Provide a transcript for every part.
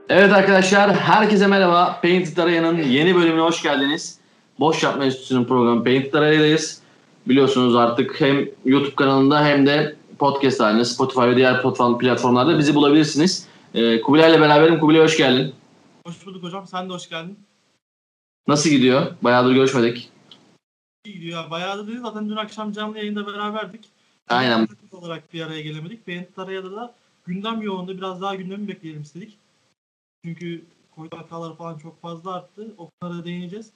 Evet arkadaşlar, herkese merhaba. Painted Araya'nın yeni bölümüne hoş geldiniz. Boş Yapma Enstitüsü'nün programı Painted Araya'dayız. Biliyorsunuz artık hem YouTube kanalında hem de podcast halinde Spotify ve diğer platformlarda bizi bulabilirsiniz. Kubilay'la beraberim. Kubilay hoş geldin. Hoş bulduk hocam. Sen de hoş geldin. Nasıl gidiyor? Bayağıdır görüşmedik. İyi gidiyor. Bayağıdır değil. Zaten dün akşam canlı yayında beraberdik. Aynen. Olarak bir araya gelemedik. Painted Araya'da da gündem yoğundu. Biraz daha gündemi bekleyelim istedik. Çünkü Covid vakaları falan çok fazla arttı. O konulara değineceğiz.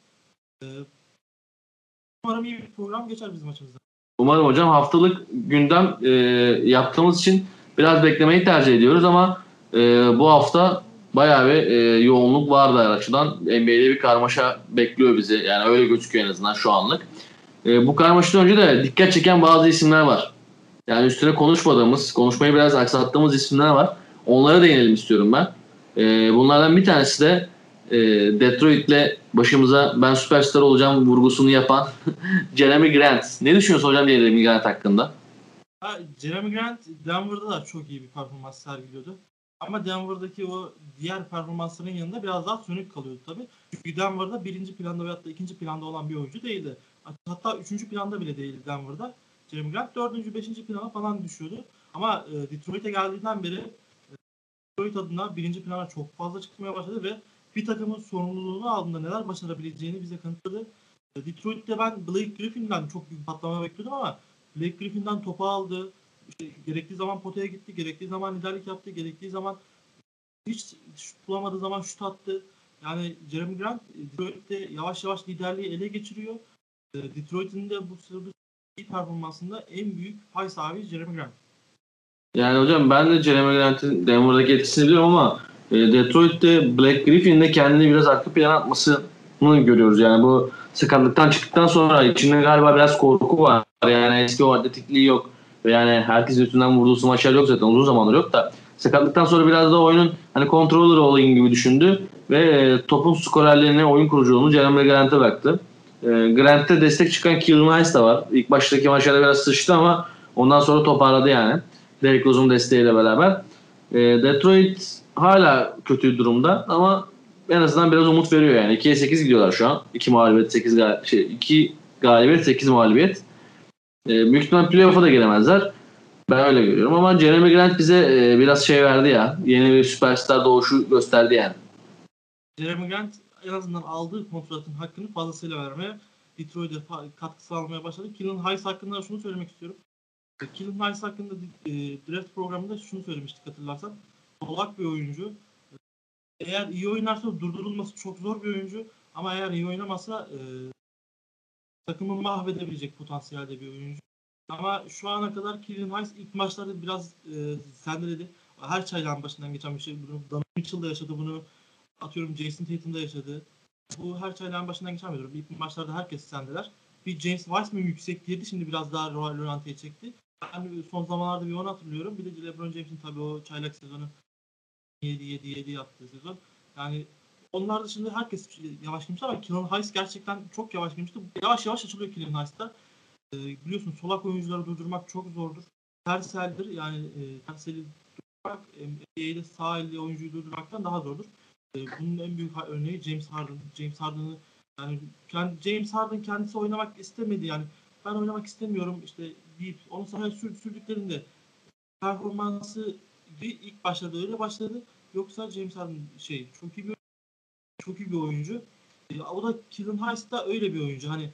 Umarım iyi bir program geçer bizim açımızdan. Umarım hocam. Haftalık gündem yaptığımız için biraz beklemeyi tercih ediyoruz ama bu hafta bayağı bir yoğunluk vardı her açıdan. NBA'de bir karmaşa bekliyor bizi. Yani öyle gözüküyor en azından şu anlık. Bu karmaşadan önce de dikkat çeken bazı isimler var. Yani üstüne konuşmayı biraz aksattığımız isimler var. Onlara değinelim istiyorum ben. Bunlardan bir tanesi de Detroit'le başımıza ben süperstar olacağım vurgusunu yapan Jeremy Grant. Ne düşünüyorsun hocam Jeremy Grant hakkında? Jeremy Grant Denver'da da çok iyi bir performans sergiliyordu. Ama Denver'daki o diğer performansların yanında biraz daha sönük kalıyordu tabii. Çünkü Denver'da birinci planda veyahut da ikinci planda olan bir oyuncu değildi. Hatta üçüncü planda bile değildi Denver'da. Jeremy Grant dördüncü, beşinci plana falan düşüyordu. Ama Detroit'e geldiğinden beri Detroit adına birinci plana çok fazla çıkmaya başladı ve bir takımın sorumluluğunu aldığında neler başarabileceğini bize kanıtladı. Detroit'te ben Blake Griffin'den çok büyük patlama bekliyordum ama Blake Griffin'den topu aldı. İşte gerektiği zaman potaya gitti, gerektiği zaman liderlik yaptı, gerektiği zaman hiç şut bulamadığı zaman şut attı. Yani Jeremy Grant Detroit'te yavaş yavaş liderliği ele geçiriyor. Detroit'in de bu sırada iyi performansında en büyük pay sahibi Jeremy Grant. Yani hocam ben de Jeremy Grant'in Denver'daki etkisini biliyorum ama Detroit'te Blake Griffin'in de kendini biraz arka plana atmasını görüyoruz. Yani bu sakatlıktan çıktıktan sonra içinde galiba biraz korku var. Yani eski o atletikliği yok. Yani herkesin üstünden vurduğu smaçlar yok zaten. Uzun zamandır yok da. Sakatlıktan sonra biraz da oyunun hani controller olayım gibi düşündü. Ve topun skorerliğine, oyun kuruculuğunu Jeremy Grant'e bıraktı. Grant'te destek çıkan Killian Hayes de var. İlk baştaki maçlarda biraz sıçtı ama ondan sonra toparladı yani. Derrick Rose'un desteğiyle beraber. Detroit hala kötü durumda ama en azından biraz umut veriyor yani. 2'ye 8 gidiyorlar şu an. 2 mağlubiyet, 2 galibiyet, 8 mağlubiyet. Büyük ihtimal playoff'a da gelemezler. Ben öyle görüyorum ama Jeremy Grant bize biraz şey verdi ya. Yeni bir süperstar doğuşu gösterdi yani. Jeremy Grant en azından aldığı kontratın hakkını fazlasıyla vermeye, Detroit'e katkı sağlamaya başladı. Killian Hayes hakkında şunu söylemek istiyorum. Killian Hayes hakkında draft programında şunu söylemiştik hatırlarsan. Solak bir oyuncu. Eğer iyi oynarsa durdurulması çok zor bir oyuncu. Ama eğer iyi oynamazsa takımı mahvedebilecek potansiyelde bir oyuncu. Ama şu ana kadar Killian Hayes ilk maçlarda biraz sendeledi. Her çaylağın başından geçen bir şey. Bunu Donovan Mitchell da yaşadı bunu. Atıyorum Jason Tatum da yaşadı. Bu her çaylağın başından geçen bir durum. İlk maçlarda herkes sendeler. Bir James Wiseman yüksek girdi. Şimdi biraz daha rölantiye çekti. Ben son zamanlarda bir onu hatırlıyorum. Bir de LeBron James'in tabii o çaylak sezonu 7 yaptığı sezon. Yani onlar dışında herkes yavaş girmişti ama Killian Hayes gerçekten çok yavaş girmişti. Yavaş yavaş açılıyor Killian Hayes'ta. Biliyorsun solak oyuncuları durdurmak çok zordur. Ters eldir. Yani ters eli durdurmak NBA'de sağ elli oyuncuyu durdurmaktan daha zordur. Bunun en büyük örneği James Harden. James Harden kendisi oynamak istemedi. Yani ben oynamak istemiyorum işte deyip onu sahaya sürdüklerinde performansı ilk başlarda öyle başladı. Yoksa James Harden çok iyi bir oyuncu. O da Killian Hayes da öyle bir oyuncu. Hani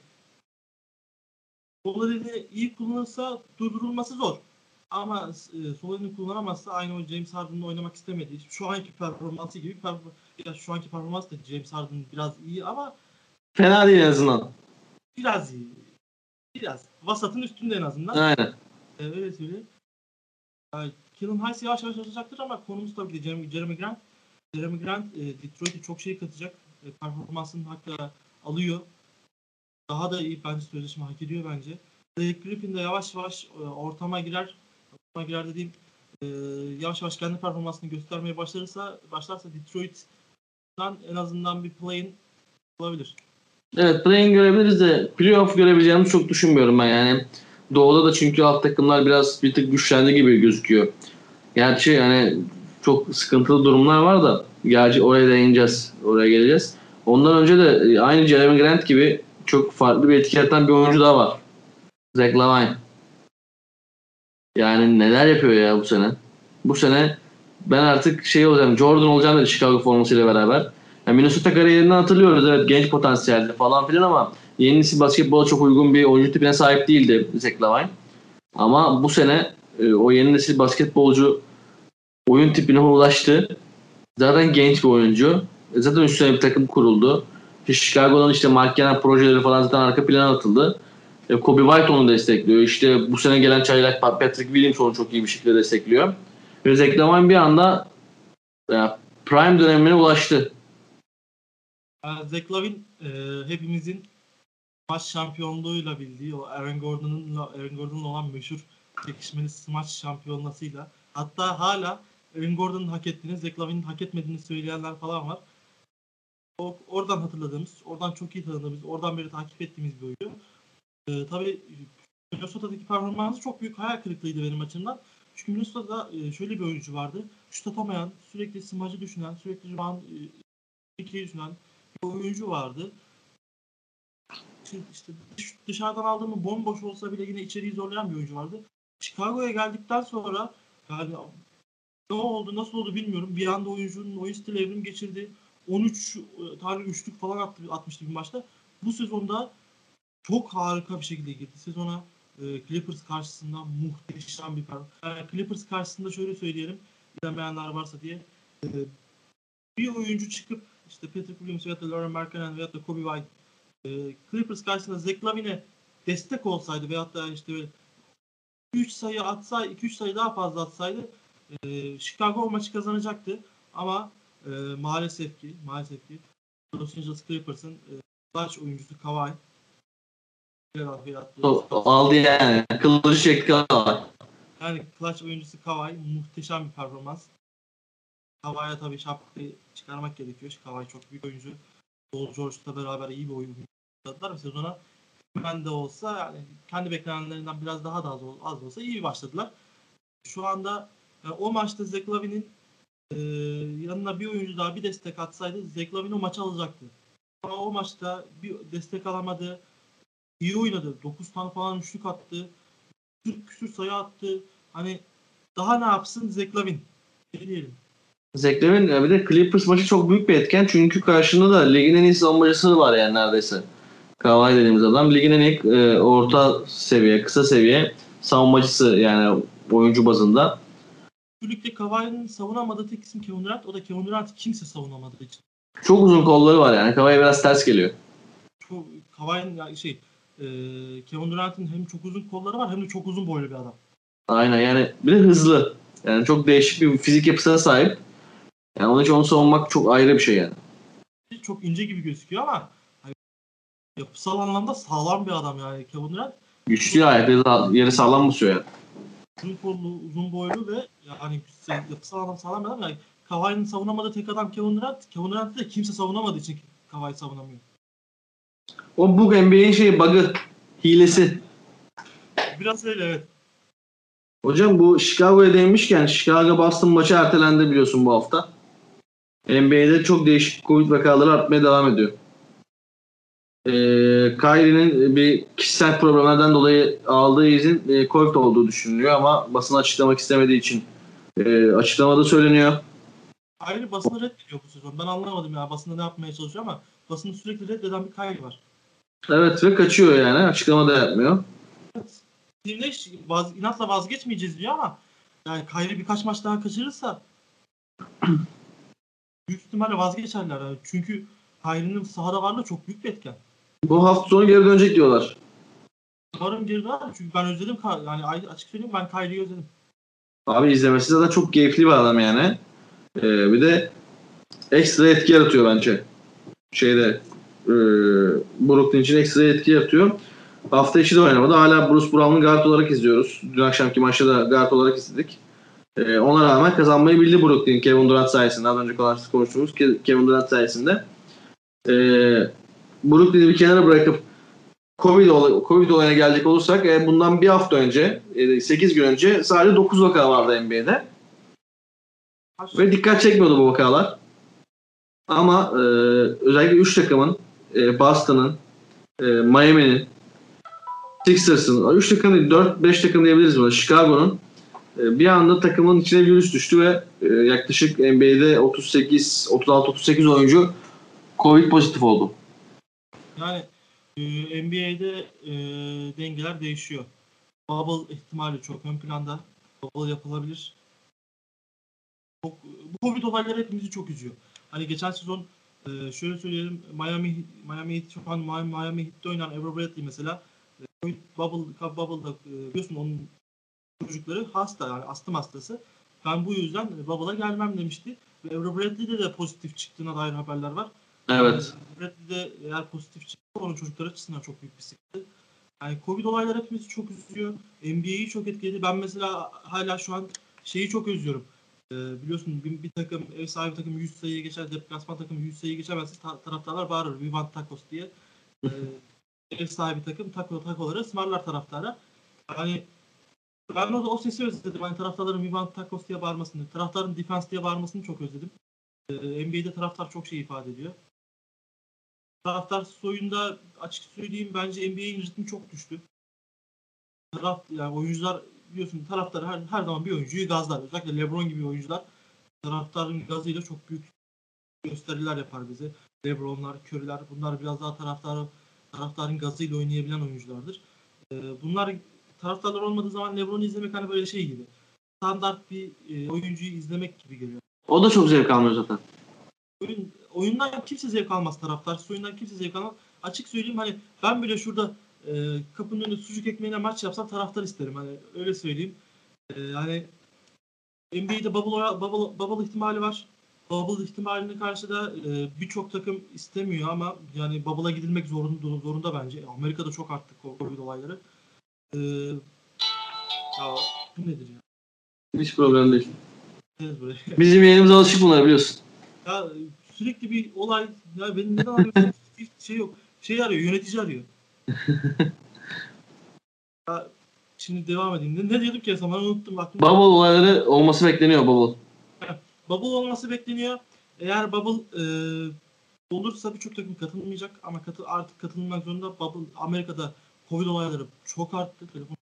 sol elini iyi kullanırsa durdurulması zor. Ama sol elini kullanamazsa aynı o James Harden'la oynamak istemedi. Şu anki performansı gibi şu anki performans da James Harden biraz iyi ama Fena değil en azından. biraz iyi. Biraz. Vasatın üstünde en azından. Aynen. Öyle söyleyeyim. Killian Hayes yavaş yavaş açacaktır ama konumuz tabii ki Jeremy Grant. Jeremy Grant Detroit'e çok şey katacak. Performansını hakkı alıyor. Daha da iyi bence sözleşme hak ediyor bence. Blake Griffin de yavaş yavaş ortama girer. Ortama girer dediğim yavaş yavaş kendi performansını göstermeye başlarsa Detroit'tan en azından bir play-in olabilir. Evet, play-in görebiliriz de playoff görebileceğimizi çok düşünmüyorum ben yani. Doğu'da da çünkü alt takımlar bir tık güçlendi gibi gözüküyor. Gerçi yani çok sıkıntılı durumlar var da Gerçi oraya değineceğiz. Oraya geleceğiz. Ondan önce de aynı Jeremy Grant gibi çok farklı bir etki yaratan bir oyuncu daha var. Zach LaVine. Yani neler yapıyor ya bu sene. Bu sene ben artık şey olacağım, Jordan olacağım dedi Chicago formasıyla beraber. Yani Minnesota kariyerinden hatırlıyoruz, evet, genç potansiyeldi falan filan ama yeni nesil basketbola çok uygun bir oyuncu tipine sahip değildi Zach LaVine. Ama bu sene o yeni nesil basketbolcu oyun tipine ulaştı. Zaten genç bir oyuncu. Zaten üstüne bir takım kuruldu. Chicago'dan işte Mark Cannon projeleri falan zaten arka plana atıldı. Kobe White onu destekliyor. İşte bu sene gelen çaylak Patrick Williams onu çok iyi bir şekilde destekliyor. Ve Zach LaVine bir anda prime dönemine ulaştı. Zach Lavine hepimizin maç şampiyonluğuyla bildiği o Aaron Gordon'la olan meşhur çekişmeli smaç şampiyonasıyla, hatta hala Aaron Gordon'un hak ettiğini, Zach Lavine'in hak etmediğini söyleyenler falan var. Oradan hatırladığımız, oradan çok iyi tanıdığımız, oradan beri takip ettiğimiz bir oyuncu. Tabii Minnesota'daki performansı çok büyük hayal kırıklığıydı benim açımdan. Çünkü Minnesota'da şöyle bir oyuncu vardı. Şut atamayan, sürekli smacı düşünen, sürekli rebound düşünen bir oyuncu vardı. İşte dışarıdan aldığımı bomboş olsa bile yine içeriği zorlayan bir oyuncu vardı. Chicago'ya geldikten sonra yani ne oldu, nasıl oldu bilmiyorum. Bir anda oyuncunun oyun stili evrim geçirdi. 13 tane üçlük falan atmıştı bir maçta. Bu sezonda çok harika bir şekilde girdi. Sezona Clippers karşısında muhteşem bir performans. Clippers karşısında şöyle söyleyelim, bilemeyenler varsa diye. Bir oyuncu çıkıp işte Patrick Williams veya da Lauren Markkanen veya da Kobe White Clippers karşısında Zach Lavine'e destek olsaydı veyahut da işte 3 sayı atsaydı, 2-3 sayı daha fazla atsaydı Chicago o maçı kazanacaktı. Ama maalesef ki Los Angeles Clippers'ın clutch oyuncusu Kawhi Aldı yani. Kılıcı çekti Kawhi. yani clutch oyuncusu Kawhi muhteşem bir performans. Kawhi'ye tabii şapkayı çıkarmak gerekiyor. Kawhi çok büyük oyuncu. Paul George'la beraber iyi bir oyun oynadılar ve sezona ben de olsa yani kendi beklenenlerinden biraz daha da az olsa iyi başladılar. Şu anda o maçta Zach Lavine'in yanına bir oyuncu daha bir destek atsaydı Zach Lavine o maçı alacaktı. Ama o maçta bir destek alamadı. İyi oynadı. 9 tane falan üçlük attı. 40 küsür sayı attı. Hani daha ne yapsın Zach Lavine? Ne diyelim? Zach Lavine bir de Clippers maçı çok büyük bir etken çünkü karşında da ligin en iyi savunmacısı var yani neredeyse. Kawhi dediğimiz adam ligin en iyi orta seviye, kısa seviye savunmacısı yani oyuncu bazında. Bu ligde Kawhi'nin savunamadığı tek isim Kevin Durant. O da Kevin Durant'ı kimse savunamadığı için. Çok uzun kolları var yani. Kawhi biraz ters geliyor. Kawhi'nin yani Kevin Durant'ın hem çok uzun kolları var hem de çok uzun boylu bir adam. Aynen yani bir de hızlı. Yani çok değişik bir fizik yapısına sahip. Yani onun için onu savunmak çok ayrı bir şey yani. Çok ince gibi gözüküyor ama hani, yapısal anlamda sağlam bir adam yani Kevin Durant. Güçlü ayakları yeri sağlam basıyor yani. Uzun kollu, uzun boylu ve yani yapısal anlamda sağlam bir adam. Yani Kawhi'nin savunamadığı tek adam Kevin Durant. Kevin Durant'ı da kimse savunamadığı için Kawhi savunamıyor. O bu NBA'in bug'ı, hilesi. Biraz öyle evet. Hocam bu Chicago'ya değinmişken Chicago Boston maçı ertelendi biliyorsun bu hafta. NBA'de çok değişik Covid vakaları artmaya devam ediyor. Kyrie'nin bir kişisel problemlerden dolayı aldığı izin Covid olduğu düşünülüyor ama basın açıklamak istemediği için açıklamada söyleniyor. Kyrie basını reddediyor bu sezon. Ben anlamadım ya basında ne yapmaya çalışıyor ama basını sürekli reddeden bir Kyrie var. Evet ve kaçıyor yani açıklama da yapmıyor. Evet. Steve Nash inatla vazgeçmeyeceğiz diyor ama yani Kyrie birkaç maç daha kaçırırsa büyük ihtimalle vazgeçerler. Yani. Çünkü Kyrie'nin sahada varlığı çok büyük bir etken. Bu hafta sonu geri dönecek diyorlar. Umarım geri döner çünkü ben özledim. Yani açık söyleyeyim ben Kyrie'yi özledim. Abi izlemesi zaten çok keyifli bir adam yani. Bir de ekstra etki yaratıyor bence. Brooklyn için ekstra etki yaratıyor. Hafta içi de oynamadı. Hala Bruce Brown'u guard olarak izliyoruz. Dün akşamki maçta da guard olarak izledik. Ona rağmen kazanmayı bildi Brooklyn Kevin Durant sayesinde. Az önce konuştuğumuz Kevin Durant sayesinde. Brooklyn'i bir kenara bırakıp Covid olayına gelecek olursak bundan bir hafta önce 8 gün önce sadece 9 vaka vardı NBA'de. Ve dikkat çekmiyordu bu vakalar. Ama özellikle 3 takımın Boston'ın, Miami'nin, Sixers'ın, 3 takım değil 4-5 takım diyebiliriz buna. Chicago'nun bir anda takımın içine virüs düştü ve yaklaşık NBA'de 36-38 oyuncu Covid pozitif oldu. Yani NBA'de dengeler değişiyor. Bubble ihtimali çok ön planda. Bubble yapılabilir. Bu Covid olayları hepimizi çok üzüyor. Hani geçen sezon şöyle söyleyelim, Miami Heat şu an Miami Heat'te oynayan Avery Bradley mesela Covid Bubble'da biliyorsun onun çocukları hasta, yani astım hastası. Ben bu yüzden Bubble'a gelmem demişti. Ve Avery Bradley'de de pozitif çıktığına dair haberler var. Evet. Bradley'de eğer pozitif çıktı onun çocuklar açısından çok büyük bir sıkıntı. Yani Covid olayları hepimizi çok üzüyor. NBA'yi çok etkiledi. Ben mesela hala şu an şeyi çok özlüyorum. Biliyorsun bir takım, ev sahibi takım 100 sayıya geçer, deplasman takımı 100 sayıya geçemezse taraftarlar bağırır. We want tacos diye. Ee, Ev sahibi takım takoları ısmarlar taraftara. Yani ben o sesi özledim. Hani taraftarların we want tacos diye bağırmasını, taraftarın defense diye bağırmasını çok özledim. NBA'de taraftar çok şey ifade ediyor. Taraftar oyunda açık söyleyeyim bence NBA'in ritmi çok düştü. Yani oyuncular biliyorsun taraftar her zaman bir oyuncuyu gazlar. Özellikle LeBron gibi oyuncular taraftarın gazıyla çok büyük gösteriler yapar bize. LeBron'lar, Curry'ler bunlar biraz daha taraftarın gazıyla oynayabilen oyunculardır. Bunlar taraftarlar olmadığı zaman LeBron'u izlemek hani böyle şey gibi. Standart bir oyuncuyu izlemek gibi geliyor. O da çok zevk almıyor zaten. Oyundan kimse zevk almaz taraftar. Oyundan kimse zevk almaz. Açık söyleyeyim hani ben bile şurada kapının önünde sucuk ekmeğine maç yapsam taraftar isterim. Hani öyle söyleyeyim. Hani NBA'de bubble ihtimali var. Bubble ihtimaline karşı da birçok takım istemiyor ama yani bubble'a gidilmek zorunda bence. Amerika'da çok arttı Covid olayları. Ya bu nedir ya? Hiç problem değil. Evet, böyle. Bizim yerimize alışık bunlar biliyorsun. Ya sürekli bir olay. Ya benim neden arıyorsun? Hiç şey yok. Şey arıyor, yönetici arıyor. Ya, şimdi devam edeyim. Ne diyorduk ya sana unuttum. Aklımda. Bubble olayları olması bekleniyor bubble. Bubble olması bekleniyor. Eğer bubble olursa birçok takım katılmayacak ama artık katılmak zorunda. Bubble Amerika'da Covid olayları çok arttı.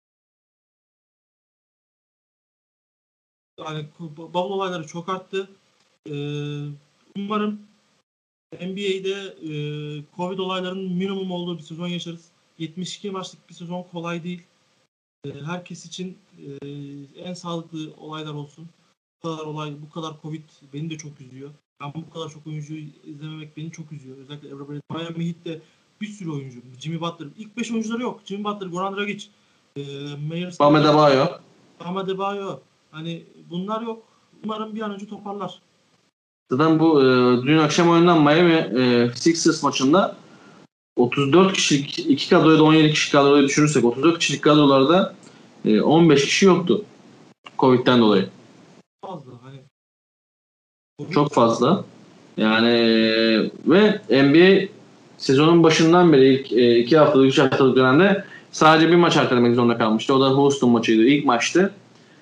Yani bubble olayları çok arttı. Umarım NBA'de Covid olaylarının minimum olduğu bir sezon yaşarız. 72 maçlık bir sezon kolay değil. Herkes için en sağlıklı olaylar olsun. Bu kadar Covid beni de çok üzüyor. Ben bu kadar çok oyuncuyu izlememek beni çok üzüyor. Özellikle Miami Heat'te bir sürü oyuncu. Jimmy Butler. İlk 5 oyuncuları yok. Jimmy Butler, Goran Dragic, Myers Bam Adebayo. Bam Adebayo. Hani bunlar yok. Umarım bir an önce toparlar. Zaten bu dün akşam oynanan Miami Sixers maçında 34 kişilik iki kadroya da 17 kişi kadroyu düşünürsek 34 kişilik kadrolarda 15 kişi yoktu Covid'den dolayı. Fazla hani. Çok fazla. Yani ve NBA sezonun başından beri ilk 2 haftalık 3 haftalık dönemde sadece bir maç ertelemek zorunda kalmıştı. O da Houston maçıydı. İlk maçtı.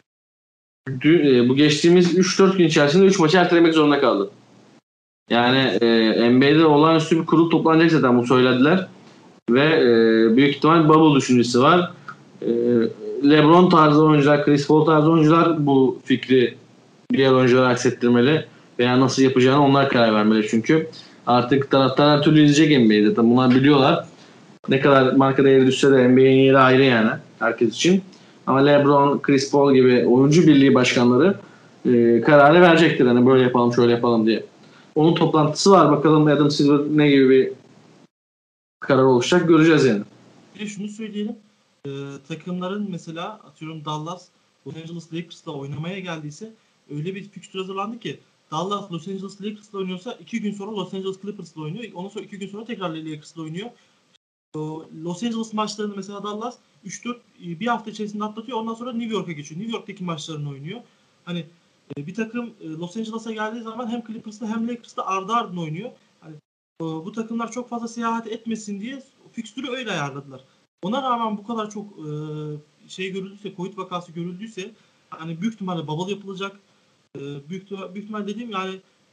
Bu geçtiğimiz 3-4 gün içerisinde 3 maçı ertelemek zorunda kaldı. Yani NBA'de olağanüstü bir kurul toplanacak zaten bu söylediler. Ve büyük ihtimal bubble düşüncesi var. LeBron tarzı oyuncular, Chris Paul tarzı oyuncular bu fikri diğer oyunculara aksettirmeli. Veya nasıl yapacağını onlar karar vermeli çünkü. Artık taraftar her türlü izleyecek NBA'de. Tabii bunlar biliyorlar. Ne kadar marka değeri düşse de NBA'nin yeri ayrı yani herkes için. Ama LeBron, Chris Paul gibi oyuncu birliği başkanları kararı verecektir. Hani böyle yapalım, şöyle yapalım diye. Onun toplantısı var. Bakalım Adam Silver ne gibi bir karar oluşacak göreceğiz yani. Bir de şunu söyleyelim. Takımların mesela atıyorum Dallas Los Angeles Lakers'la oynamaya geldiyse öyle bir fikstür hazırlandı ki Dallas Los Angeles Lakers'la oynuyorsa 2 gün sonra Los Angeles Clippers'la oynuyor. Ondan sonra 2 gün sonra tekrar Lakers'la oynuyor. Los Angeles maçlarını mesela Dallas 3-4 bir hafta içerisinde atlatıyor. Ondan sonra New York'a geçiyor. New York'taki maçlarını oynuyor. Hani bir takım Los Angeles'a geldiği zaman hem Clippers'la hem Lakers'la ardı ardına oynuyor. Hani, bu takımlar çok fazla seyahat etmesin diye fikstürü öyle ayarladılar. Ona rağmen bu kadar çok şey görüldüyse, Covid vakası görüldüyse hani büyük ihtimalle bubble yapılacak. Büyük ihtimal dediğim yani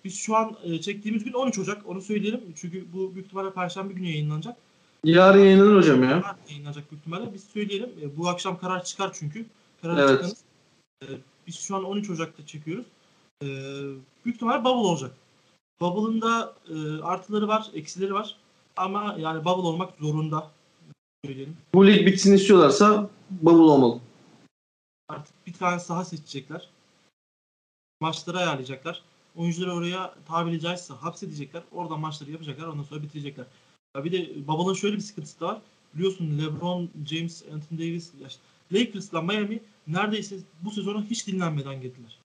Biz şu an çektiğimiz gün 13 Ocak. Onu söyleyelim. Çünkü bu büyük ihtimalle Perşembe günü yayınlanacak. Yarın yayınlanır hocam ya. Yarın yayınlanacak büyük ihtimalle. Biz söyleyelim. Bu akşam karar çıkar çünkü. Karar Evet. çıkanız. Biz şu an 13 Ocak'ta çekiyoruz. Büyük ihtimalle Bubble olacak. Bubble'ın da artıları var, eksileri var. Ama yani Bubble olmak zorunda. Söyleyelim. Bu lig bitsin istiyorlarsa bubble olmalı. Artık bir tane saha seçecekler. Maçları ayarlayacaklar. Oyuncuları oraya tabiri caizse hapsedecekler. Oradan maçları yapacaklar. Ondan sonra bitirecekler. Ya bir de Bubble'ın şöyle bir sıkıntısı da var. Biliyorsun LeBron, James, Anthony Davis, Lakers'la Miami neredeyse bu sezona hiç dinlenmeden girdiler.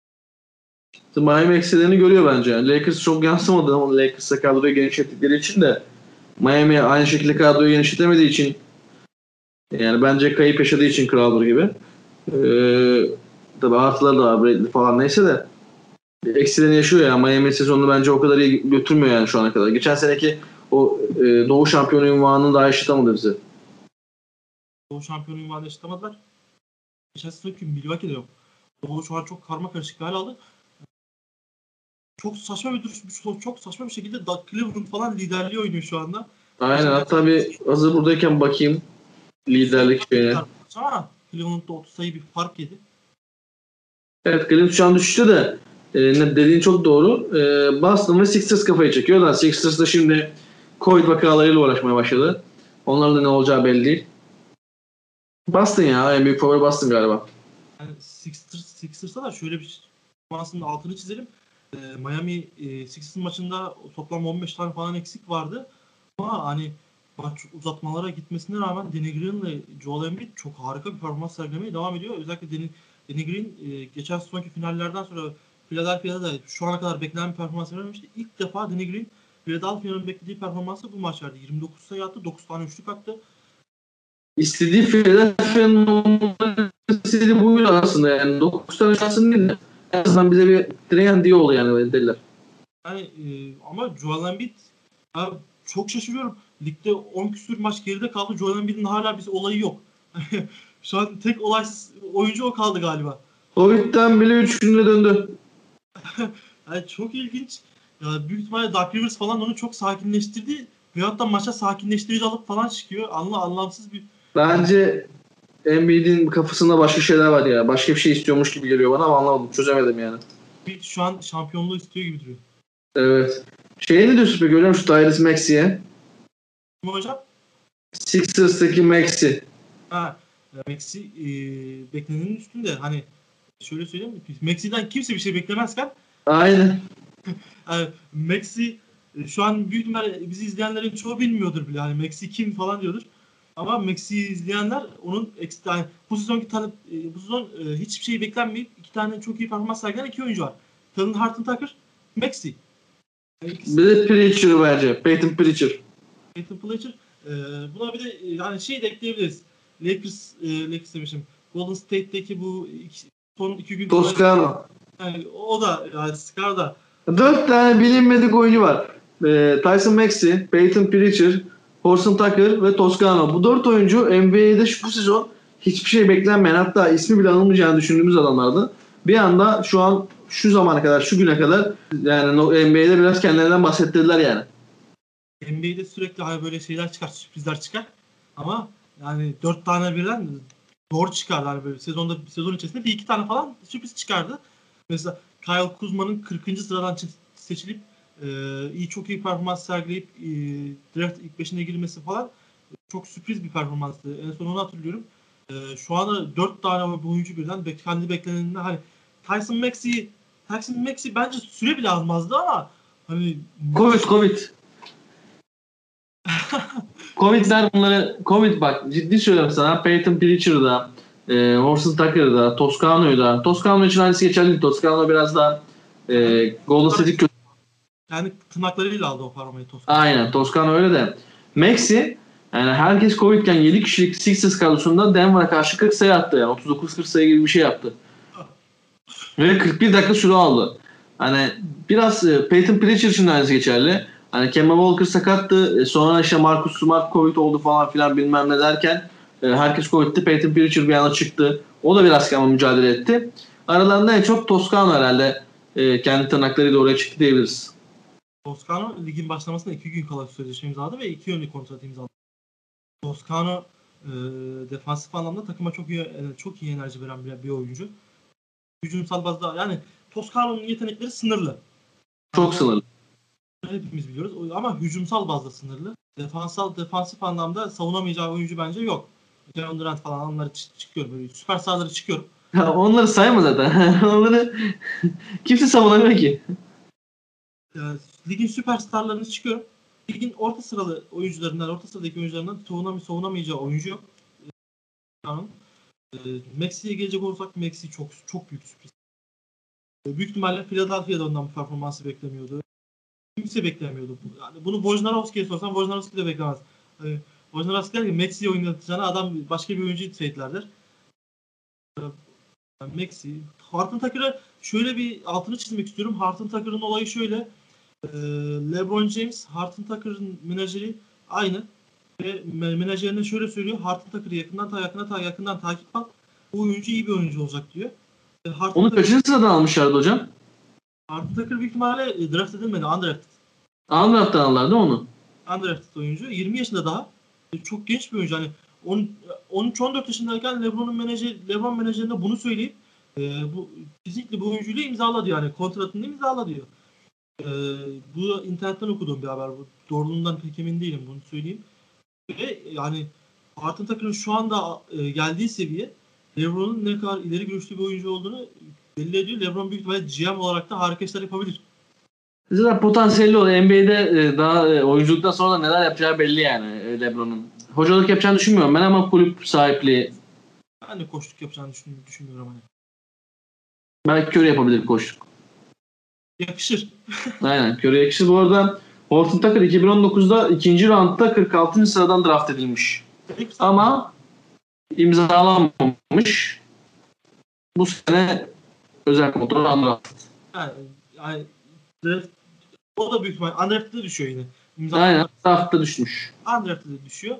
Miami eksilerini görüyor bence. Yani Lakers çok yansımadı ama Lakers'a kadroyu genişlettikleri için de Miami aynı şekilde kadroyu genişletemediği için yani bence kayıp yaşadığı için Crowder gibi. Tabii artıları da var Bradley falan neyse de eksilerini yaşıyor ya. Miami sezonunu bence o kadar iyi götürmüyor yani şu ana kadar. Geçen seneki o Doğu şampiyonu unvanını daha yaşatamadı bize. Doğu şampiyonu unvanını yaşatamadılar. Geçen sezonki Milwaukee'de yok. Doğu şu an çok karmakarışık bir hal aldı. Çok saçma bir duruş, çok saçma bir şekilde Doug Cleveland falan liderliği oynuyor şu anda. Aynen, hatta bir hazır buradayken bakayım liderlik şeyine. Ama Cleveland'da 30 sayı bir fark yedi. Evet, Cleveland şu an düşüşte de dediğin çok doğru. Boston ve Sixers kafayı çekiyor da Sixers da şimdi Covid vakalarıyla uğraşmaya başladı. Onların da ne olacağı belli değil. Boston ya. En büyük favori Boston galiba. Yani Sixers'ta da şöyle bir aslında altını çizelim. Miami Sixers maçında toplam 15 tane falan eksik vardı. Ama hani maç uzatmalara gitmesine rağmen Danny Green ile Joel Embiid çok harika bir performans sergilemeye devam ediyor. Özellikle Danny Green geçen sezonki finallerden sonra Philadelphia'da da şu ana kadar beklenen bir performans vermemişti. İlk defa Danny Green Philadelphia'nın beklediği performansı bu maç verdi. 29 sayı attı, 9 tane üçlük attı. İstediği Philadelphia'nın istediği buydu aslında yani. 9 tane şansın değil de en azından bize bir Drayan diye oldu yani böyle dediler. Yani ama Joel Embiid çok şaşırıyorum. Ligde 10 küsür maç geride kaldı. Joel Embiid'in hala bir olayı yok. Şu an tek olaysız oyuncu o kaldı galiba. Covid'den bile 3 günde döndü. Yani çok ilginç. Ya büyük ihtimalle Doug Rivers falan onu çok sakinleştirdi. Veyahut da maça sakinleştirici alıp falan çıkıyor. Anlamsız bir... Bence Embiid'in kafasında başka şeyler var ya. Başka bir şey istiyormuş gibi geliyor bana ama anlamadım. Çözemedim yani. Embiid şu an şampiyonluğu istiyor gibi duruyor. Evet. Şeye ne diyorsun peki? Görüyor musun Tyrese Maxey'e? Kim hocam? Sixers'taki Maxey. Maxey beklenenin üstünde. Hani şöyle söyleyeyim. Maxey'den kimse bir şey beklemezken Aynen. yani Maxey şu an büyük ihtimalle bizi izleyenlerin çoğu bilmiyordur bile. Yani Maxey kim falan diyordur. Ama Maxey'i izleyenler onun yani bu sezon hiçbir şey beklenmeyip iki tane çok iyi performans sergileyen iki oyuncu var. Talon Horton-Tucker, Maxey. Bir de Preacher bence. Peyton Preacher. Peyton Pritchard. Buna bir de yani şey de ekleyebiliriz. Lakers demişim. Golden State'deki bu son 2 gün Toscano. yani o da yani Scar'da 4 tane bilinmedik oyuncu var. Tyson Maxey, Peyton Preacher, Horton Tucker ve Toscano. Bu 4 oyuncu NBA'de bu sezon hiçbir şey beklenmeyen, hatta ismi bile anılmayacağını düşündüğümüz adamlardı. Bir anda şu an şu zamana kadar, şu güne kadar yani NBA'de biraz kendilerinden bahsettirdiler yani. NBA'de sürekli hani böyle şeyler çıkar, sürprizler çıkar. Ama yani 4 tane birden zor çıkardı. Yani böyle sezon içerisinde bir iki tane falan sürpriz çıkardı. Mesela Kyle Kuzma'nın 40. sıradan seçilip çok iyi performans sergileyip draft ilk 5'ine girmesi falan çok sürpriz bir performanstı. En son onu hatırlıyorum. Şu anda 4 tane oyuncu birden kendi bekleneninde hani Tyson Maxey bence süre bile almazdı ama hani Covid. Covid'ler bunları bak ciddi söylüyorum sana. Peyton Pritchard'da, Horton Tucker'da, Toscano için aynısı geçerli değil. Toscano biraz daha Golden State'i kötü. yani tırnaklarıyla aldı o formayı Toscano. Aynen, Toscano öyle de. Maxey yani herkes Covid'ken 7 kişilik Sixers kadrosunda Denver'a karşı 40 sayı attı yani. 39-40 sayı gibi bir şey yaptı. Ve 41 dakika süre aldı. Hani biraz Peyton Pritchard için de aynısı geçerli. Hani Kemba Walker sakattı. Sonra işte Marcus Smart Covid oldu falan filan bilmem ne derken herkes Covid'ti. Peyton Pritchard bir anda çıktı. O da biraz ama mücadele etti. Aralarında en çok Toscano herhalde kendi tırnaklarıyla oraya çıktı diyebiliriz. Toscano ligin başlamasına 2 gün kala sözleşme imzaladı ve 2 yönlü kontrat imzaladı. Toscano defansif anlamda takıma çok iyi enerji veren bir oyuncu. Hücumsal bazda yani Toscano'nun yetenekleri sınırlı. Çok sınırlı. Hepimiz biliyoruz ama hücumsal bazda sınırlı. Defansif anlamda savunamayacağı oyuncu bence yok. Kevin Durant falan onları çıkıyor böyle süperstarları çıkıyor. Onları sayma zaten. Onları kimse savunamıyor ki. Ligin süperstarlarını çıkıyor. Ligin orta sıradaki oyuncularından savunamayacağı oyuncu yok. Maxi'ye gelecek olursak Maxi çok büyük sürpriz. Büyük ihtimalle Philadelphia'da ondan bu performansı beklemiyordu. Kimse beklemiyordu. Yani bunu Wojnarowski'ye sorsan Wojnarowski de beklemez. Wojnarowski der ki Maxi'yi oynatacağına adam başka bir oyuncuyu trade'ler der. Maxi. Horton Tucker'a şöyle bir altını çizmek istiyorum. Horton Tucker'ın olayı şöyle. LeBron James, Horton Tucker'ın menajeri aynı. Ve menajerine şöyle söylüyor. Horton Tucker'ı yakından takip al. Bu oyuncu iyi bir oyuncu olacak diyor. Onu kaçıncı sıradan almışlardı hocam? Horton Tucker büyük ihtimalle draft edilmedi. Undrafted. Undraft'tan aldılar değil mi onu? Undrafted oyuncu. 20 yaşında daha. Çok genç bir oyuncu. Hani 13-14 yaşındayken LeBron menajerine bunu söyleyip kesinlikle bu oyuncuyla imzala diyor. Yani kontratını imzala diyor. Bu internetten okuduğum bir haber. Bu doğruluğundan pek emin değilim. Bunu söyleyeyim. Ve yani Horton Tucker'ın şu anda geldiği seviye LeBron'un ne kadar ileri görüşlü bir oyuncu olduğunu belli ediyor. LeBron büyük ihtimalle GM olarak da harika işler yapabilir. Zaten potansiyelli oluyor. NBA'de daha oyunculuktan sonra da neler yapacağı belli yani LeBron'un. Hocalık yapacağını düşünmüyorum ben ama kulüp sahipliği. Ben de koçluk yapacağını düşünmüyorum hani. Belki Curry yapabilir koçluk. Yakışır. Aynen Curry yakışır. Bu arada Horton Tucker 2019'da 2. roundda 46. sıradan draft edilmiş. Ama imzalanmamış. Bu sene özel kontrol undrafted. Yani draft, o da büyük ihtimalle undrafted'e düşüyor yine. Aynen draftta düşmüş. Undrafted'e düşüyor.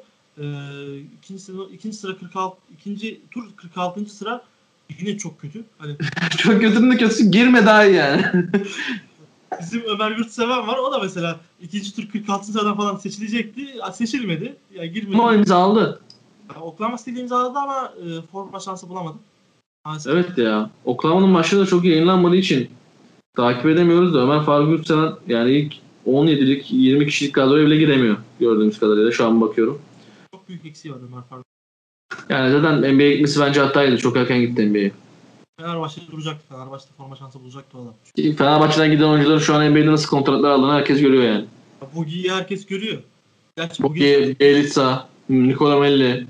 İkinci sıra 46, ikinci tur 46. sıra yine çok kötü. Hani Çok kötünün de kötüsü girme daha iyi yani. bizim Ömer Yurtseven var. O da mesela ikinci tur 46. sıradan falan seçilecekti. Seçilmedi. Yani girmedi. Ama imzaladı. Yani Oklahoma City'de imzaladı ama forma şansı bulamadı. Evet ya. Oklahoma'nın maçları da çok yayınlanmadığı için takip edemiyoruz da Ömer Faruk Yurtseven yani ilk 17'lik 20 kişilik kadroya bile giremiyor gördüğümüz kadarıyla. Şu an bakıyorum. Çok büyük eksiği var Ömer Faruk. Yani zaten NBA'ye gitmesi bence hataydı. Çok erken gitti NBA'ye. Fenerbahçe'de duracaktı. Fenerbahçe'de forma şansı bulacaktı o adam. Fenerbahçe'den giden oyuncuların şu an NBA'de nasıl kontratlar aldığını herkes görüyor yani. Bogi'yi herkes görüyor. Gerçi Bogi, Bielitsa, Nikola Melli.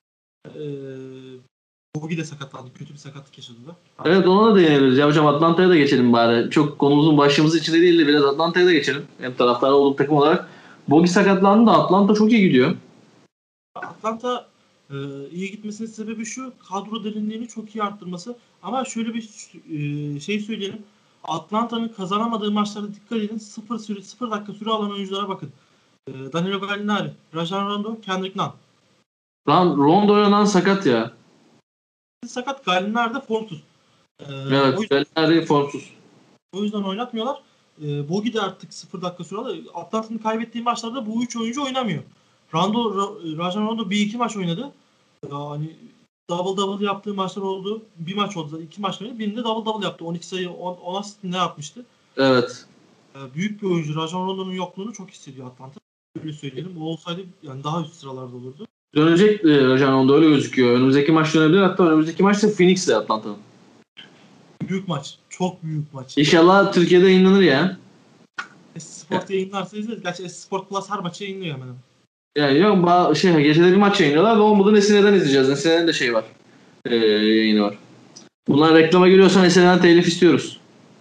Bogi de sakatlandı. Kötü bir sakatlık yaşadı da. Evet ona da değinebiliriz. Ya hocam Atlanta'ya da geçelim bari. Çok konumuzun başımızın içinde değil de biraz Atlanta'ya da geçelim. Hem taraftarı olduğum takım olarak. Bogi sakatlandı da Atlanta çok iyi gidiyor. Atlanta iyi gitmesinin sebebi şu. Kadro derinliğini çok iyi arttırması. Ama şöyle bir şey söyleyelim. Atlanta'nın kazanamadığı maçlara dikkat edin. 0 dakika süre alan oyunculara bakın. Danilo Gallinari, Rajon Rondo, Kendrick Nunn. Lan Rondo oynanan sakat ya. Sakat, Gallinari de formsuz. Evet. Gallinari formsuz. O yüzden oynatmıyorlar. Bogi de artık 0 dakika süre alıyor. Atlanta'nın kaybettiği maçlarda bu 3 oyuncu oynamıyor. Rajon Rondo 1-2 maç oynadı. Yani double yaptığı maçlar oldu. Bir maç oldu. 2 maç oynadı. Birinde double yaptı. 12 sayı 10 asist ne yapmıştı? Evet. Büyük bir oyuncu. Rajon Rondo'nun yokluğunu çok hissediyor Atlanta. Öyle söyleyelim. O olsaydı yani daha üst sıralarda olurdu. Dönecek Rajon Rondo öyle gözüküyor. Önümüzdeki maç dönebilir. Hatta önümüzdeki maç da Phoenix'le Atlanta'nın. Büyük maç. Çok büyük maç. İnşallah Türkiye'de yayınlanır ya. Sport yayınlarsa izleriz. Gerçi Sport Plus her maçı yayınlıyor hemen. Yani yok gecede bir maç yayınlıyorlar. Olmadı Nesine'den izleyeceğiz. Nesine'den de şey var. Yayını var. Bunlar reklama giriyorsan Nesine'den telif istiyoruz.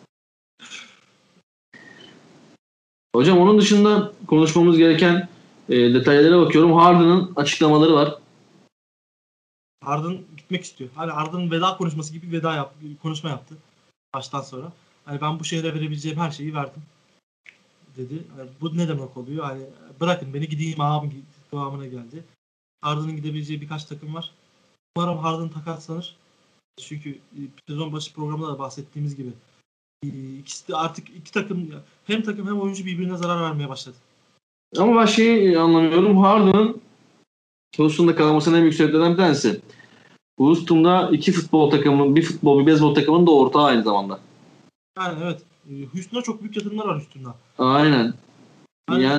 Hocam onun dışında konuşmamız gereken detaylara bakıyorum. Harden'ın açıklamaları var. Harden gitmek istiyor. Hani Harden'ın veda konuşması gibi konuşma yaptı baştan sonra. Hani ben bu şehre verebileceğim her şeyi verdim dedi. Yani bu ne demek oluyor? Hani bırakın beni gideyim ağam kıvamına geldi. Harden'ın gidebileceği birkaç takım var. Umarım Harden takaslanır. Çünkü sezon başı programda da bahsettiğimiz gibi İkisi de artık iki takım hem oyuncu birbirine zarar vermeye başladı. Ama ben şeyi anlamıyorum. Harden'ın Houston'da kalmasının en büyük sebeplerinden bir tanesi. Houston'da iki futbol takımının, bir futbol, bir beyzbol takımının da ortağı aynı zamanda. Yani evet. Houston'da çok büyük yatırımlar var Houston'da. Aynen. Yani Yani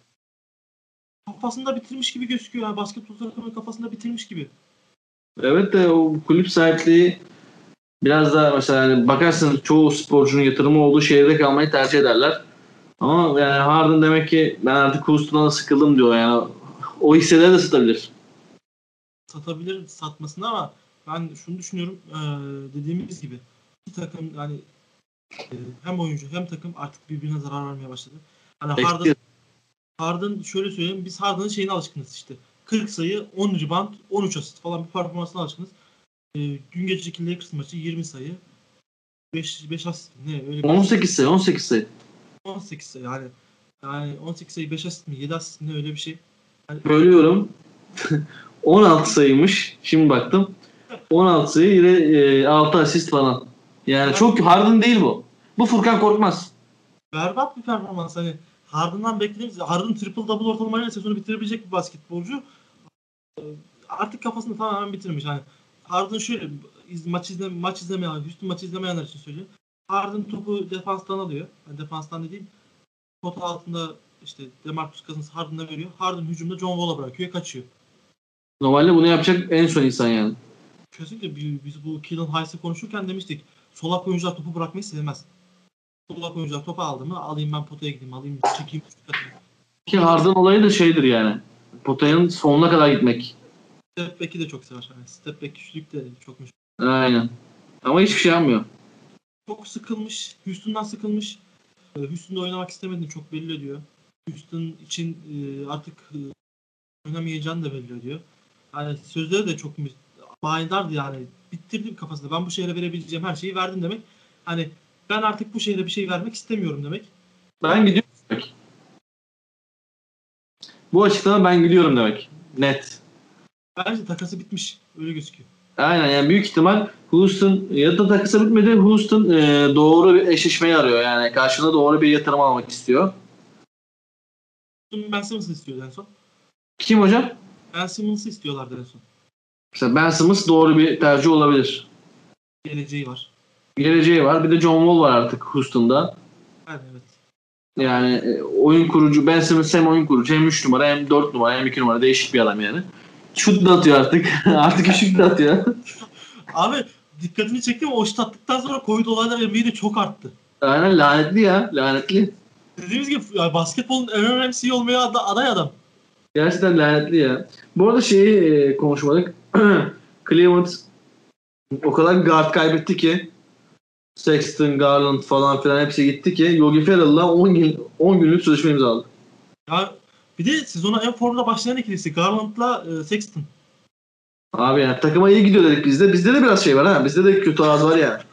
kafasında bitirmiş gibi gözüküyor. Yani basketbol takımının kafasında bitirmiş gibi. evet de o kulüp sahipliği biraz daha mesela hani bakarsın çoğu sporcunun yatırımı olduğu şehirde kalmayı tercih ederler. Ama yani Harden demek ki ben artık Houston'a da sıkıldım diyor yani. O hisseleri de satabilir. Satabilir satmasını ama ben şunu düşünüyorum. Dediğimiz gibi iki takım yani hem oyuncu hem takım artık birbirine zarar vermeye başladı. Hani Eksi. Harden şöyle söyleyeyim. Biz Harden'ın şeyine alışkınız işte. 40 sayı, 10 rebound, 13 asist falan bir performansına alışkınız. Dün geceki Lakers maçı 20 sayı, 5 asist ne öyle bir 18 sayı, 18 sayı. 18 sayı yani 18 sayı 5 asist mi 7 asist mi ne öyle bir şey. Yani, Bölüyorum. 16 sayıymış. Şimdi baktım. 16 sayı yine 6 asist falan. Yani çok Harden değil bu. Bu Furkan Korkmaz. berbat bir performans. Hani Harden'dan beklediğimiz Harden triple double ortalamayla sezonu bitirebilecek bir basketbolcu. Artık kafasını tamamen bitirmiş. Hani Harden şöyle maç izlemeyen, Houston maçı izlemeyenler için söyleyeyim. Harden topu defanstan alıyor. Yani defanstan dediğim pota altında işte DeMarcus Cousins Harden'a veriyor. Harden hücumda John Wall'a bırakıyor, kaçıyor. Normalde bunu yapacak en son insan yani. Kesinlikle biz bu Keelan Hayes'ı konuşurken demiştik. Solak oyuncular topu bırakmayı sevmez. Solak oyuncular topu aldı mı alayım ben potaya gideyim, alayım çekeyim şut atayım. Ki Harden olayı da şeydir yani. Potayın sonuna kadar gitmek. Step back'i de çok sever. Yani step back üçlük de çok meşhur. Aynen. Ama hiçbir şey yapmıyor. Çok sıkılmış. Houston'dan sıkılmış. Houston'da oynamak istemediğini çok belli ediyor. Houston için artık oynamayacağını da belli ediyor. Yani sözleri de çok manidardı yani. Bitirdim kafasında. Ben bu şehre verebileceğim her şeyi verdim demek. Hani ben artık bu şehre bir şey vermek istemiyorum demek. Ben gidiyorum demek. Bu açıklama ben gidiyorum demek. Net. Bence takası bitmiş. Öyle gözüküyor. Aynen yani büyük ihtimal Houston ya da takısa bitmedi. Houston doğru bir eşleşmeyi arıyor. Yani karşına doğru bir yatırım almak istiyor. Ben Simmons'ı istiyordu en son. Kim hocam? Ben Simmons'ı istiyorlardı en son. Mesela Ben Simmons doğru bir tercih olabilir. Geleceği var. Geleceği var. Bir de John Wall var artık Houston'da. Yani evet. Yani oyun kurucu. Ben Simmons hem oyun kurucu hem 3 numara hem 4 numara hem 2 numara. Değişik bir adam yani. Şut da atıyor artık. Artık şut da atıyor. Abi dikkatini çekti mi? O şut attıktan sonra Covid olaylar NBA'de de çok arttı. Aynen lanetli ya. Lanetli. Dediğimiz gibi yani basketbolun en önemli şeyi olmaya aday adam. Gerçekten lanetli ya. Bu arada şeyi konuşmadık. Cleveland o kadar guard kaybetti ki Sexton, Garland falan filan hepsi gitti ki Yogi Ferrell'la 10 günlük sözleşme imzaladı. Ya bir de sezona en formda başlayan ikilisi Garland'la Sexton. Abi yani takıma iyi gidiyor dedik bizde. Bizde de biraz şey var ha. Bizde de kötü ağız var ya.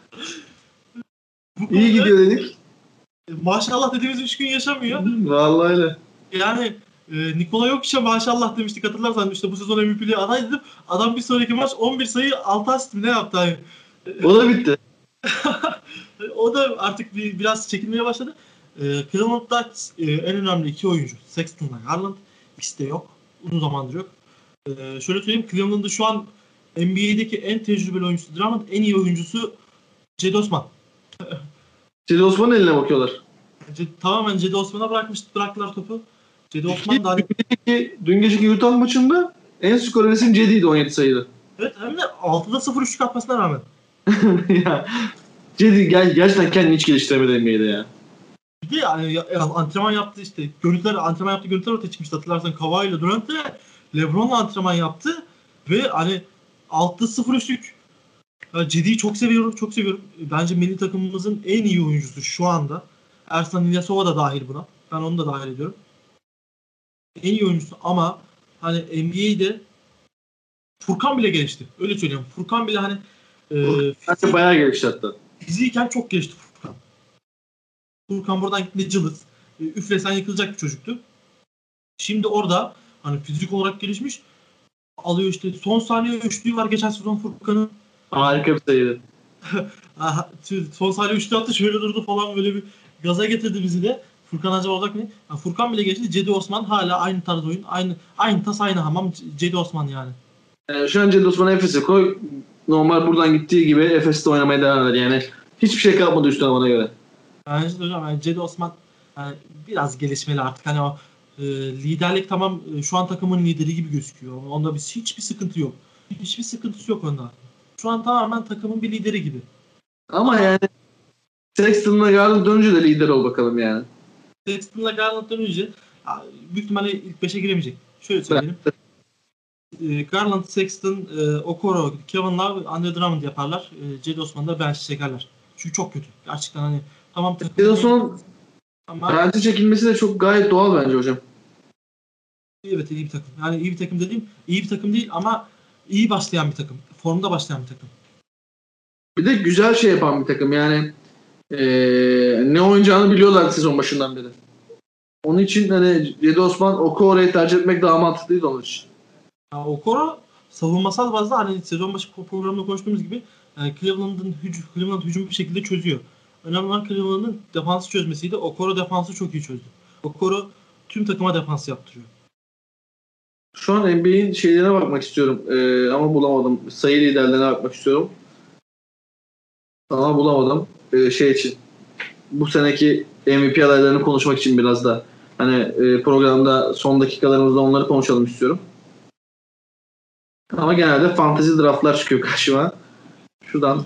Bu İyi konuda gidiyor dedik. maşallah dediğimiz 3 gün yaşamıyor. Vallahi öyle. Yani Nikola Jokic'e maşallah demiştik hatırlarsan işte bu sezon MVP'liğe aday dedim. Adam bir sonraki maç 11 sayı 6 asist ne yaptı hani. O da bitti. O da artık biraz çekilmeye başladı. Cleveland'da en önemli iki oyuncu Sexton'la Garland. İkisi de yok. Uzun zamandır yok. Şöyle söyleyeyim Cleveland'da şu an NBA'deki en tecrübeli oyuncusu Drummond, en iyi oyuncusu Cedi Osman. Cedi Osman'ın eline bakıyorlar. Tamamen Cedi Osman'a bıraktılar topu. Cedi Osman da hani Dün geceki Utah maçında en skor resim Cedi'ydi 17 sayılı. evet hem de 6'da 0 üçlük atmasına rağmen. Ya Cedi gerçekten kendini hiç geliştiremedi NBA'de ya. Bir de yani antrenman yaptı işte. Antrenman yaptığı görüntüler ortaya çıkmıştı hatırlarsan. Kawhi ile Durant ve LeBron'la antrenman yaptı. Ve hani 6'da 0 üçlük. Ya Cedi'yi çok seviyorum, çok seviyorum. Bence milli takımımızın en iyi oyuncusu şu anda. Ersan İlyasova da dahil buna. Ben onu da dahil ediyorum. En iyi oyuncusu ama hani NBA'de Furkan bile gelişti. Öyle söyleyeyim. Furkan bile hani Bence bayağı gelişti hatta. fiziyken çok gelişti Furkan. Furkan buradan gittiğinde cılız. Üflesen yıkılacak bir çocuktu. Şimdi orada hani fizik olarak gelişmiş. Alıyor işte son saniye üçlüğü var geçen sezon Furkan'ın. Harika bir sayıydı. Son saniye 3'te attı şöyle durdu falan böyle bir gaza getirdi bizi de. Furkan acaba olacak mı? Ya Furkan bile geçti. Cedi Osman hala aynı tarz oyun. Aynı tas aynı hamam Cedi Osman yani. Şu an Cedi Osman'ı Efes'e koy. Normal buradan gittiği gibi Efes'te oynamaya devam eder. Yani hiçbir şey kalmadı üstüne bana göre. Yani işte hocam yani Cedi Osman yani biraz gelişmeli artık. Hani o liderlik tamam şu an takımın lideri gibi gözüküyor. Onda hiçbir sıkıntı yok. Hiçbir sıkıntısı yok onda. Şu an tamamen takımın bir lideri gibi. Ama yani Sexton'la Garland dönünce de lider ol bakalım yani. Sexton'la Garland'dan önce büyük ihtimalle ilk 5'e giremeyecek. Şöyle söyleyelim. Garland, Sexton, Okoro, Kevin Love, Andre Drummond yaparlar. Cedi Osman'ı da bench çekerler. Çünkü çok kötü. Gerçekten hani tamam Cedi takımın Osman'ın ama penaltı çekilmesi de çok gayet doğal bence hocam. evet iyi bir takım. Yani iyi bir takım dediğim iyi bir takım değil ama iyi başlayan bir takım. Formda başlayan bir takım. Bir de güzel şey yapan bir takım yani ne oynayacağını biliyorlar sezon başından beri. Onun için hani Cedi Osman Okoro'yu tercih etmek daha mantıklıydı onun için. Yani Okoro savunmasal bazda hani sezon başı programda konuştuğumuz gibi Cleveland hücumu bir şekilde çözüyor. Önemli olan Cleveland'ın defansı çözmesiydi. Okoro defansı çok iyi çözdü. Okoro tüm takıma defans yaptırıyor. Şu an NBA'in şeylerine bakmak istiyorum ama bulamadım. Sayı liderlerine bakmak istiyorum. Ama bulamadım. Şey için. Bu seneki MVP adaylarını konuşmak için biraz da hani programda son dakikalarımızda onları konuşalım istiyorum. Ama genelde fantezi draftlar çıkıyor karşıma. Şuradan.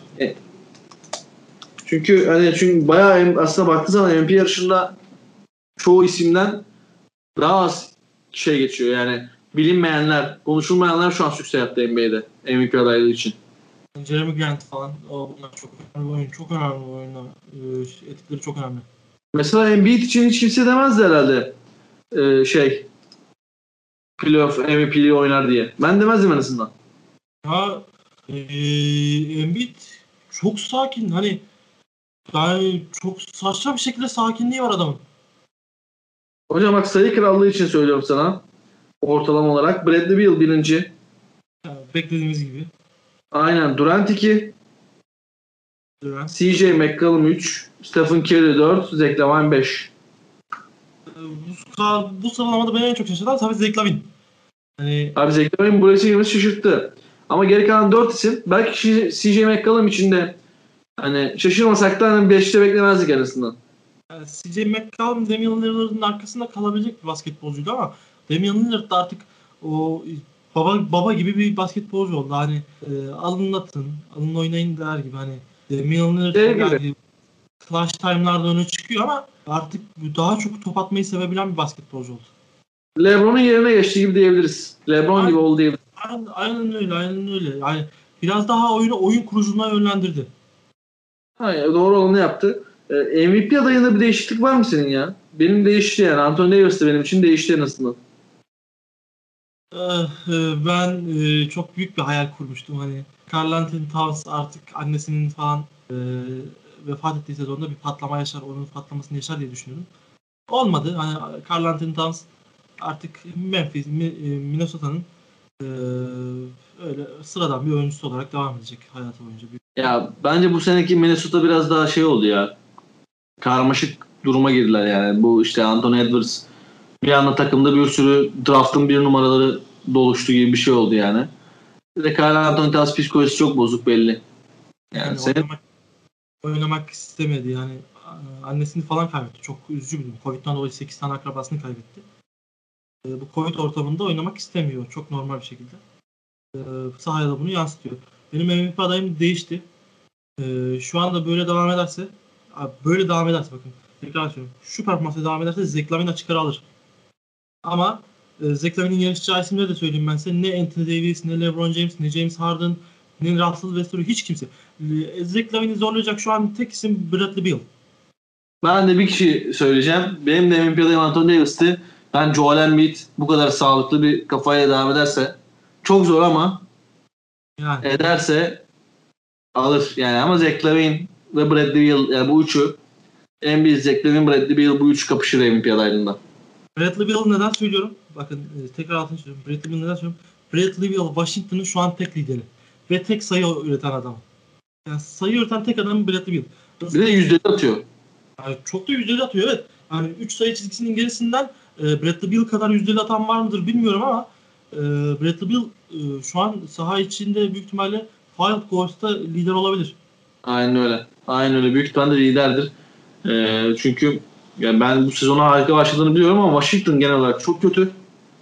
Çünkü bayağı aslında baktığı zaman MVP yarışında çoğu isimden daha az şey geçiyor yani. Bilinmeyenler, konuşulmayanlar şu an sükse yaptı NBA'de MVP adaylığı için. Jeremy Grant falan bunlar çok önemli oyun. Çok önemli oyunlar. Etkileri çok önemli. Mesela Embiid için hiç kimse demezdi herhalde playoff MVP'liği oynar diye. Ben demezdim en azından. Ya Embiid çok sakin. Hani yani çok saçma bir şekilde sakinliği var adamın. Hocam bak sayı krallığı için söylüyorum sana. Ortalama olarak. Bradley Beal birinci. Yani beklediğimiz gibi. Aynen. Durant 2. Durant. CJ McCollum 3. Stephen Curry 4. Zach Lavine 5. Bu sıralamada beni en çok şaşırtan tabii Zach Lavine. Hani Abi Zach Lavine buraya çekilmesi şaşırttı. Ama geri kalan 4 isim belki CJ McCollum için de hani şaşırmasak da hani 5'te beklemezdik en azından. CJ McCollum Damian Lillard'ın arkasında kalabilecek bir basketbolcuydu ama Damian Lillard da artık o baba gibi bir basketbolcu oldu. Hani alın atın, alın oynayın der gibi hani Damian Lillard Şey gibi. yani clutch time'larda öne çıkıyor ama artık daha çok top atmayı sevebilen bir basketbolcu oldu. LeBron'un yerine geçti gibi diyebiliriz. LeBron gibi Aynen, oldu diyebiliriz. aynen öyle, aynen öyle. Yani biraz daha oyun kuruculuğuna yönlendirdi. Hayır, doğru olanı yaptı. MVP adayında bir değişiklik var mı senin ya? Benim değişti yani. Anthony Davis de benim için değişti en azından. Ben çok büyük bir hayal kurmuştum hani Karl-Anthony Towns artık annesinin falan vefat ettiği sezonda bir patlama yaşar, onun patlamasını yaşar diye düşünüyordum. Olmadı. Hani Karl-Anthony Towns artık Minnesota'nın e, öyle sıradan bir oyuncusu olarak devam edecek hayatı boyunca. Ya bence bu seneki Minnesota biraz daha şey oldu ya. Karmaşık duruma girdiler yani. Bu işte Anthony Edwards bir anda takımda bir sürü draft'ın bir numaraları doluştu gibi bir şey oldu yani. Bir de Karl Anthony Towns psikolojisi çok bozuk belli. Yani Yani senin oynamak istemedi yani annesini falan kaybetti. Çok üzücü bir durum. Covid'den dolayı 8 tane akrabasını kaybetti. Bu Covid ortamında oynamak istemiyor. Çok normal bir şekilde. Sahaya da bunu yansıtıyor. Benim MVP adayım değişti. Şu anda böyle devam ederse bakın tekrar söylüyorum. Şu performansla devam ederse Zach Lavine açık ara alır. Ama Zach Lavine'in yarışacağı isimleri de söyleyeyim ben size. Ne Anthony Davis, ne LeBron James, ne James Harden, ne Russell Westbrook hiç kimse. Zach Lavine'i zorlayacak şu an tek isim Bradley Beal. ben de bir kişi söyleyeceğim. Benim de MVP adayım Anthony Davis'ti. Ben Joel Embiid bu kadar sağlıklı bir kafayla devam ederse çok zor ama Yani ederse alır. Yani ama Zach Lavine ve Bradley Beal yani bu üçü Embiid, Zach Lavine, Bradley Beal bu üçü kapışır MVP adaylığında. Bradley Beal neden söylüyorum? Bakın tekrar altını çiziyorum. Bradley Beal neden söylüyorum? Bradley Beal Washington'ın şu an tek lideri. Ve tek sayı üreten adam. Yani sayı üreten tek adam Bradley Beal. Bir de yüzdeli atıyor. Yani çok da yüzdeli atıyor, evet. Yani 3 sayı çizgisinin gerisinden Bradley Beal kadar yüzdeli atan var mıdır bilmiyorum ama Bradley Beal şu an saha içinde büyük ihtimalle Field Goals'ta lider olabilir. Aynen öyle. Aynen öyle. Büyük ihtimalle liderdir. Çünkü yani ben bu sezona harika başladığını biliyorum ama Washington genel olarak çok kötü.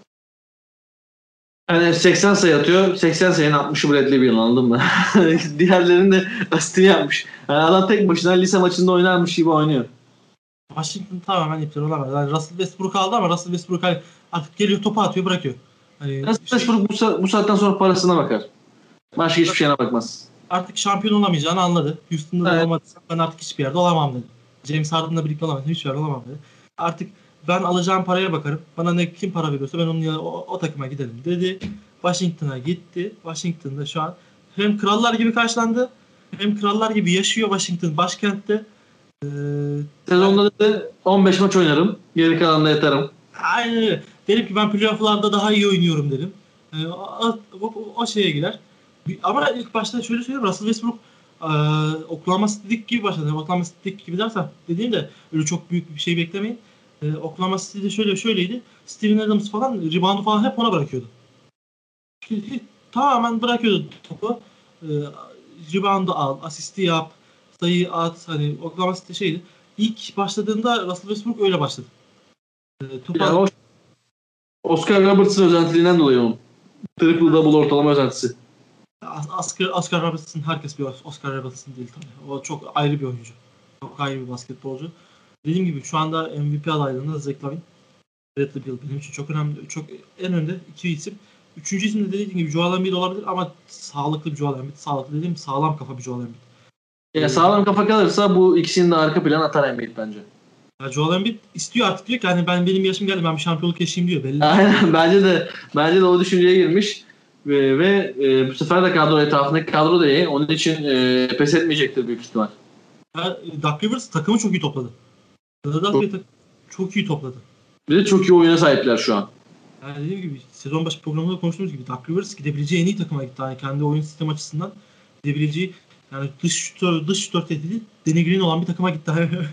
Yani 80 sayı atıyor. 80 sayının 60'ı Bradley Beal, anladın mı? Diğerlerinin de asistini yapmış. Yani adam tek başına lise maçında oynarmış gibi oynuyor. Washington tamamen iptal olamaz. Yani Russell Westbrook aldı ama Russell Westbrook hani artık geliyor, topu atıyor, bırakıyor. Hani Westbrook bu saatten sonra parasına bakar. Başka hiçbir şeyine bakmaz. artık şampiyon olamayacağını anladı. Houston'da da Evet. olamadıysam ben artık hiçbir yerde olamam dedi. James Harden'la birlikte olamam. Hiçbir yerde olamam dedi. Artık ben alacağım paraya bakarım. Bana ne kim para veriyorsa ben onun yanına o takıma giderim dedi. Washington'a gitti. Washington'da şu an hem krallar gibi karşılandı hem krallar gibi yaşıyor Washington başkentte. Ee, yani, Sezonda da 15 maç oynarım. Geri kalanında yatarım. aynen öyle. Derim ki ben playoff'larda daha iyi oynuyorum dedim. O şeye girer. Ama ilk başta şöyle söyleyeyim. Russell Westbrook Oklahoma City gibi başladı. Oklahoma City gibi dersem dediğim de öyle çok büyük bir şey beklemeyin. Oklahoma City'de şöyleydi. Steven Adams falan reboundu falan hep ona bırakıyordu. Tamamen bırakıyordu topu. E, Reboundu al, asisti yap, sayı at. Hani Oklahoma City şeydi. İlk başladığında Russell Westbrook öyle başladı. Yani Topa o Oscar Robertson özentiliğinden dolayı onun. Triple double ortalama özentisi. Oscar Robertson, herkes bir Oscar Robertson değil tabii. O çok ayrı bir oyuncu. Çok ayrı bir basketbolcu. Dediğim gibi şu anda MVP adaylığında Zach Lavine, Bradley Beal benim için çok önemli. Çok en önde iki isim. Üçüncü isim de dediğim gibi Joel Embiid olabilir ama sağlıklı bir Joel Embiid. Sağlıklı dediğim sağlam kafa bir Joel Embiid. Ya sağlam kafa kalırsa bu ikisinin de arka plan atar Embiid bence. Ya Joel Embiid istiyor artık, diyor ki hani benim yaşım geldi, ben bir şampiyonluk yaşayayım diyor. Belli. Aynen, bence de o düşünceye girmiş ve bu sefer de kadro etrafındaki kadro da iyi. Onun için pes etmeyecektir büyük ihtimal. Doug Rivers takımı çok iyi topladı. Philadelphia takımı çok iyi topladı. Bir de çok iyi oyuna sahipler şu an. Yani dediğim gibi sezon başı programında konuştuğumuz gibi Doug Rivers gidebileceği en iyi takıma gitti. Yani kendi oyun sistemi açısından gidebileceği, yani dış şutör tehdidi Danny Green olan bir takıma gitti.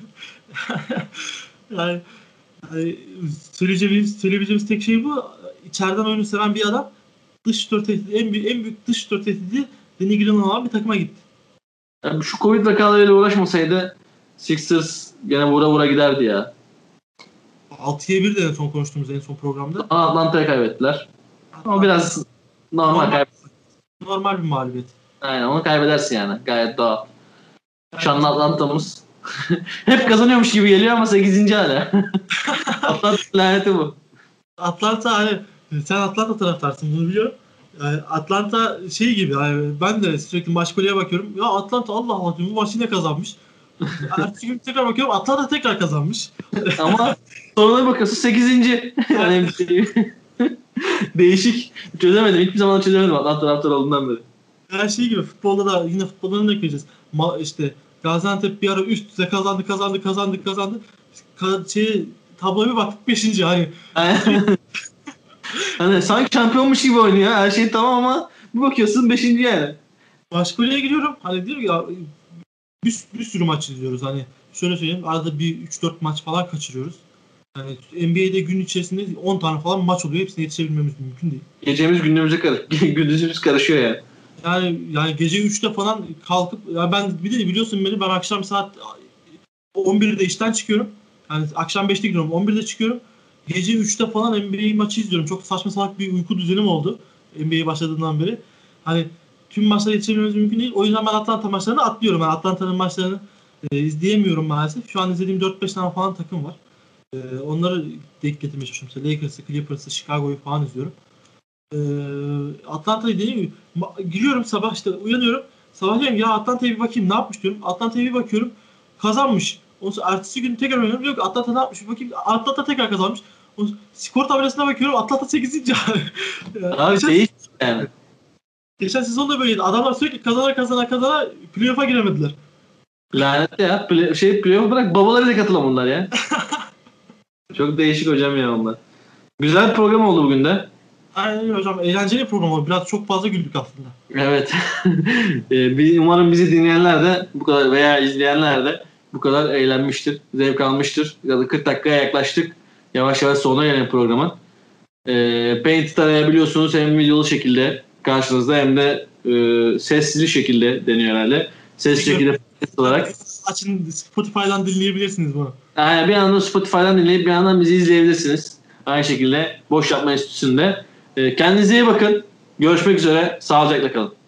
yani, yani söyleyebileceğimiz tek şey bu. İçeriden oyunu seven bir adam, dış şutör tehdidi, en büyük dış şutör tehdidi Danny Green olan bir takıma gitti. Yani şu Covid vakalarıyla uğraşmasaydı Sixers gene vura vura giderdi ya. 6'ya 1 de en son konuştuğumuz en son programda. Atlanta'ya kaybettiler. Ama biraz normal. Normal bir mağlubiyet. Aynen, onu kaybedersin yani. Gayet doğal. Şu anda Atlanta'mız hep kazanıyormuş gibi geliyor ama 8. hala. Atlanta laneti bu. Atlanta, hani sen Atlanta taraftarsın, bunu biliyorum. Yani Atlanta şey gibi, yani ben de sürekli maç golüye bakıyorum. Ya Atlanta, Allah Allah diyorum, bu maçı yine kazanmış. Ertesi gün tekrar bakıyorum, Atlanta tekrar kazanmış. Ama sonra bakıyorsun 8. Yani değişik. Çözemedim. Hiçbir zaman çözemedim Atlanta taraftarı olduğundan beri. Her şey gibi futbolda da, yine futboldan da ekleyeceğiz. İşte Gaziantep bir ara üst üste kazandı. Tabloya bir baktık 5. Hani Hani sanki şampiyonmuş gibi oynuyor. Her şey tamam ama bir bakıyorsun 5. yani. maç golüye giriyorum. Hani diyorum ya, bir sürü maç izliyoruz. Hani şöyle söyleyeyim, arada bir 3-4 maç falan kaçırıyoruz. Yani NBA'de gün içerisinde 10 tane falan maç oluyor. Hepsine yetişebilmemiz mümkün değil. Gecemiz gündüzümüze gündüzümüz karışıyor yani. Yani gece 3'te falan kalkıp, ya ben bir de biliyorsun beni, ben akşam saat 11'de işten çıkıyorum. Yani akşam 5'te gidiyorum, 11'de çıkıyorum. Gece 3'te falan NBA maçı izliyorum. Çok saçma salak bir uyku düzenim oldu NBA başladığından beri. Hani tüm maçlara yetişebilmemiz mümkün değil. O yüzden ben Atlanta maçlarını atlıyorum. Ben Atlanta'nın maçlarını izleyemiyorum maalesef. Şu an izlediğim 4-5 tane falan takım var. Onları denk getirmeye çalışıyorum. Mesela Lakers'ı, Clippers'ı, Chicago'yu falan izliyorum. Atlanta'yı dediğim gibi giriyorum sabah, işte uyanıyorum. Sabah diyorum ya Atlanta'ya bir bakayım ne yapmış diyorum. Atlanta'ya bir bakıyorum, kazanmış. Ondan sonra ertesi gün tekrar oynuyorum. Diyor ki Atlanta ne yapmış? Bir bakayım, Atlanta tekrar kazanmış. Ondan sonra skor tabelasına bakıyorum. Atlanta 8. Abi değişik yani. Geçen sezon da böyleydi. Adamlar sürekli kazana playoff'a giremediler. Lanet ya. Playoff bırak, babaları da katılamadılar ya. Çok değişik hocam ya onlar. Güzel bir program oldu bugün de. Aynen öyle hocam. Eğlenceli bir program oldu. Biraz çok fazla güldük aslında. Evet. Umarım bizi dinleyenler de bu kadar veya izleyenler de bu kadar eğlenmiştir, zevk almıştır. Ya da 40 dakikaya yaklaştık. Yavaş yavaş sonuna gelen programın. Paint'i tarayabiliyorsunuz hem videolu şekilde karşınızda hem de sesli şekilde deniyor herhalde. Sesli şekilde podcast olarak. Açın Spotify'dan dinleyebilirsiniz bunu. Yani bir yandan Spotify'dan dinleyip bir yandan bizi izleyebilirsiniz. Aynı şekilde Boş Yapma Enstitüsü'nde. Kendinize iyi bakın. Görüşmek üzere. Sağlıcakla kalın.